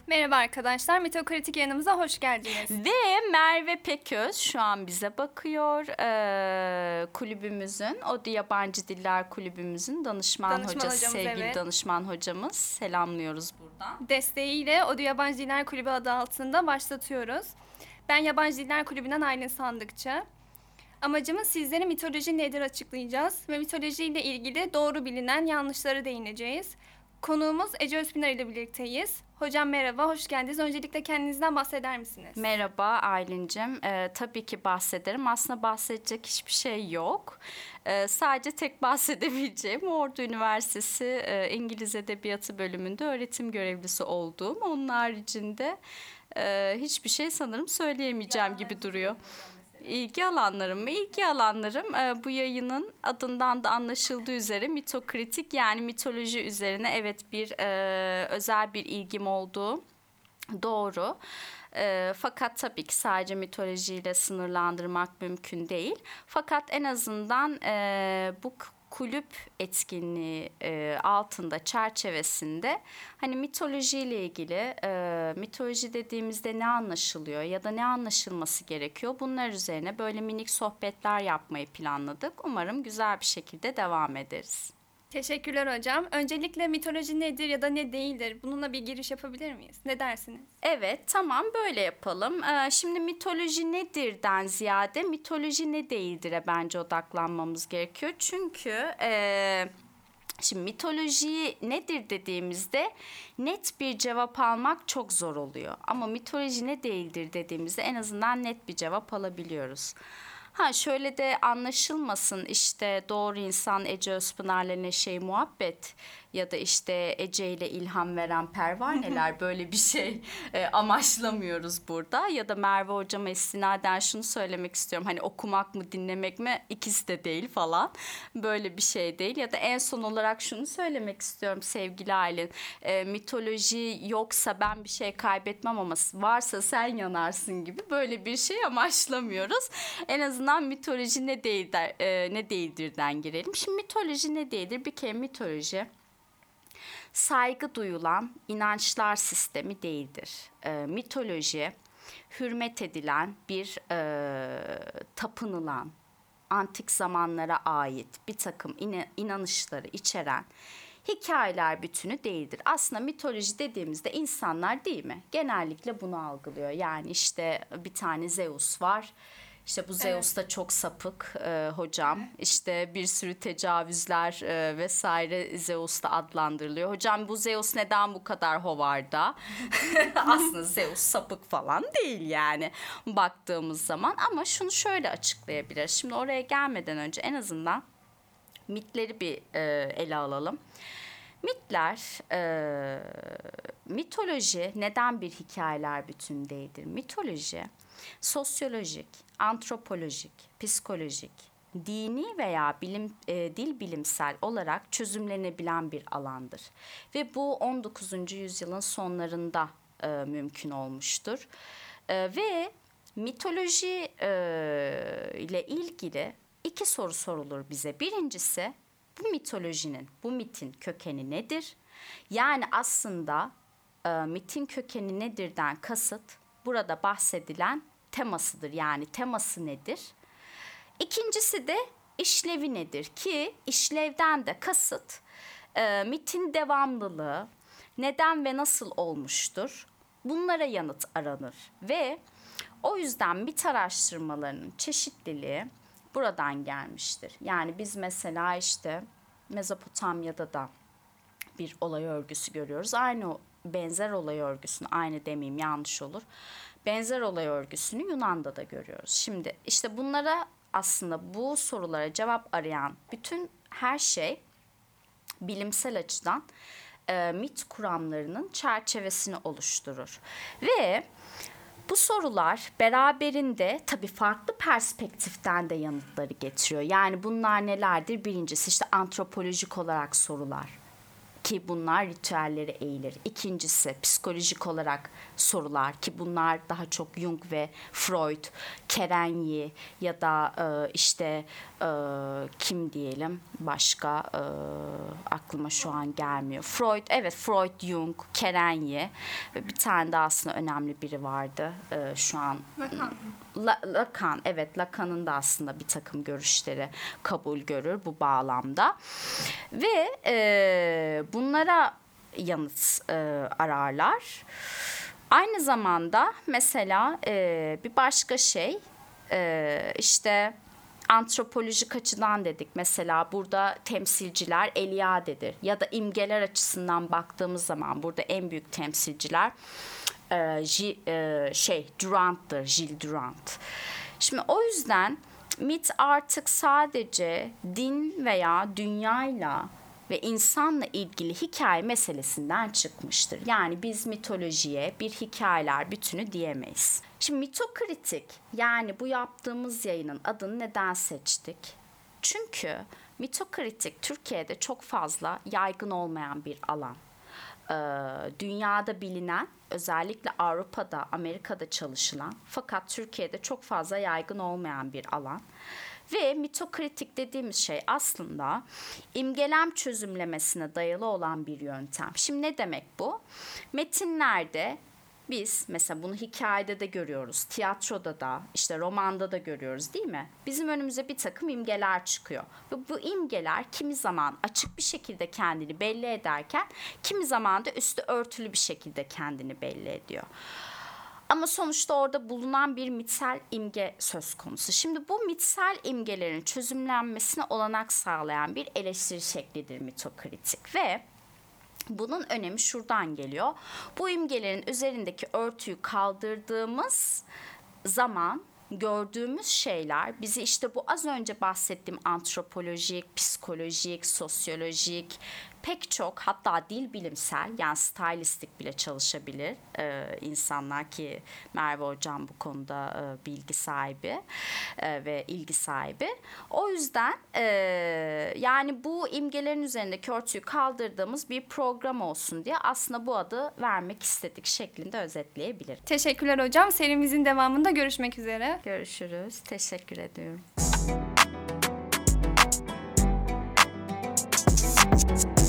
Merhaba arkadaşlar, Mitokritik yanımıza hoş geldiniz. Ve Merve Peköz şu an bize bakıyor. Kulübümüzün, ODTÜ Yabancı Diller Kulübümüzün danışman hocası, hocamız, sevgili evet. danışman hocamız. Selamlıyoruz buradan. Desteğiyle ODTÜ Yabancı Diller Kulübü adı altında başlatıyoruz. Ben Yabancı Diller Kulübü'nden Aylin Sandıkçı. Amacımız sizlere mitoloji nedir açıklayacağız ve mitolojiyle ilgili doğru bilinen yanlışları değineceğiz. Konuğumuz Ece Özpınar ile birlikteyiz. Hocam merhaba, hoş geldiniz. Öncelikle kendinizden bahseder misiniz? Merhaba Aylin'cim. Tabii ki bahsederim. Aslında bahsedecek hiçbir şey yok. Sadece tek bahsedebileceğim Ordu Üniversitesi İngiliz Edebiyatı bölümünde öğretim görevlisi olduğum. Onun haricinde hiçbir şey sanırım söyleyemeyeceğim gibi duruyor. İlgi alanlarım mı? İlgi alanlarım bu yayının adından da anlaşıldığı üzere mitokritik, yani mitoloji üzerine bir özel bir ilgim olduğu doğru. Fakat tabii ki sadece mitolojiyle sınırlandırmak mümkün değil. Fakat en azından bu kulüp etkinliği altında, çerçevesinde hani mitolojiyle ilgili, mitoloji dediğimizde ne anlaşılıyor ya da ne anlaşılması gerekiyor, bunlar üzerine böyle minik sohbetler yapmayı planladık. Umarım güzel bir şekilde devam ederiz. Teşekkürler hocam. Öncelikle mitoloji nedir ya da ne değildir? Bununla bir giriş yapabilir miyiz? Ne dersiniz? Evet, tamam, böyle yapalım. Şimdi mitoloji nedirden ziyade mitoloji ne değildir'e bence odaklanmamız gerekiyor. Çünkü şimdi mitoloji nedir dediğimizde net bir cevap almak çok zor oluyor. Ama mitoloji ne değildir dediğimizde en azından net bir cevap alabiliyoruz. Şöyle de anlaşılmasın, işte doğru insan Ece Özpınar'la Neşe-i Muhabbet ya da işte Ece ile ilham veren pervaneler, böyle bir şey amaçlamıyoruz burada. Ya da Merve hocama istinaden şunu söylemek istiyorum, hani okumak mı dinlemek mi, ikisi de değil falan, böyle bir şey değil. Ya da en son olarak şunu söylemek istiyorum sevgili Aylin, mitoloji yoksa ben bir şey kaybetmem ama varsa sen yanarsın gibi, böyle bir şey amaçlamıyoruz. En azından mitoloji ne değil ne değildir'den girelim. Şimdi mitoloji ne değildir? Bir kere mitoloji saygı duyulan inançlar sistemi değildir. Mitoloji hürmet edilen bir tapınılan, antik zamanlara ait bir takım inanışları içeren hikayeler bütünü değildir. Aslında mitoloji dediğimizde insanlar, değil mi, genellikle bunu algılıyor. Yani işte bir tane Zeus var. İşte bu Zeus da çok sapık hocam. İşte bir sürü tecavüzler vesaire Zeus'ta adlandırılıyor. Hocam bu Zeus neden bu kadar hovarda? Aslında Zeus sapık falan değil yani baktığımız zaman. Ama şunu şöyle açıklayabiliriz. Şimdi oraya gelmeden önce en azından mitleri bir ele alalım. Mitler, mitoloji neden bir hikayeler bütünü değildir? Mitoloji, sosyolojik, antropolojik, psikolojik, dini veya dil bilimsel olarak çözümlenebilen bir alandır. Ve bu 19. yüzyılın sonlarında mümkün olmuştur. Ve mitoloji ile ilgili iki soru sorulur bize. Birincisi, bu mitolojinin, bu mitin kökeni nedir? Yani aslında mitin kökeni nedirden kasıt burada bahsedilen temasıdır. Yani teması nedir? İkincisi de işlevi nedir? Ki işlevden de kasıt mitin devamlılığı, neden ve nasıl olmuştur? Bunlara yanıt aranır ve o yüzden mit araştırmalarının çeşitliliği buradan gelmiştir. Yani biz mesela işte Mezopotamya'da da bir olay örgüsü görüyoruz. Aynı benzer olay örgüsünü, aynı demeyeyim yanlış olur, benzer olay örgüsünü Yunan'da da görüyoruz. Şimdi işte bunlara, aslında bu sorulara cevap arayan bütün her şey bilimsel açıdan mit kuramlarının çerçevesini oluşturur. Ve bu sorular beraberinde tabii farklı perspektiften de yanıtları getiriyor. Yani bunlar nelerdir? Birincisi işte antropolojik olarak sorular. ki bunlar ritüellere eğilir. İkincisi psikolojik olarak sorular ki bunlar daha çok Jung ve Freud, Kerenyi ya da kim diyelim başka aklıma şu an gelmiyor. Freud, Jung, Kerenyi ve bir tane daha aslında önemli biri vardı şu an. Lacan. Evet, Lacan'ın da aslında bir takım görüşleri kabul görür bu bağlamda. Ve bunlara yanıt ararlar. Aynı zamanda mesela bir başka şey antropolojik açıdan dedik. Mesela burada temsilciler Eliade'dir. Ya da imgeler açısından baktığımız zaman burada en büyük temsilciler Durant'tır, Gilles Durant. Şimdi o yüzden mit artık sadece din veya dünyayla ve insanla ilgili hikaye meselesinden çıkmıştır. Yani biz mitolojiye bir hikayeler bütünü diyemeyiz. Şimdi mitokritik, yani bu yaptığımız yayının adını neden seçtik? Çünkü mitokritik Türkiye'de çok fazla yaygın olmayan bir alan. Dünyada bilinen, özellikle Avrupa'da, Amerika'da çalışılan fakat Türkiye'de çok fazla yaygın olmayan bir alan. Ve mitokritik dediğimiz şey aslında imgelem çözümlemesine dayalı olan bir yöntem. Şimdi ne demek bu? Metinlerde biz mesela bunu hikayede de görüyoruz, tiyatroda da, romanda da görüyoruz değil mi? Bizim önümüze bir takım imgeler çıkıyor. Ve bu imgeler kimi zaman açık bir şekilde kendini belli ederken, kimi zaman da üstü örtülü bir şekilde kendini belli ediyor. Ama sonuçta orada bulunan bir mitsel imge söz konusu. Şimdi bu mitsel imgelerin çözümlenmesine olanak sağlayan bir eleştiri şeklidir mitokritik ve bunun önemi şuradan geliyor. Bu imgelerin üzerindeki örtüyü kaldırdığımız zaman gördüğümüz şeyler bizi bu az önce bahsettiğim antropolojik, psikolojik, sosyolojik, pek çok hatta dil bilimsel yani stylistik bile çalışabilir insanlar ki Merve Hocam bu konuda bilgi sahibi ve ilgi sahibi. O yüzden yani bu imgelerin üzerindeki örtüyü kaldırdığımız bir program olsun diye aslında bu adı vermek istedik şeklinde özetleyebilirim. Teşekkürler hocam. Serimizin devamında görüşmek üzere. Görüşürüz. Teşekkür ediyorum.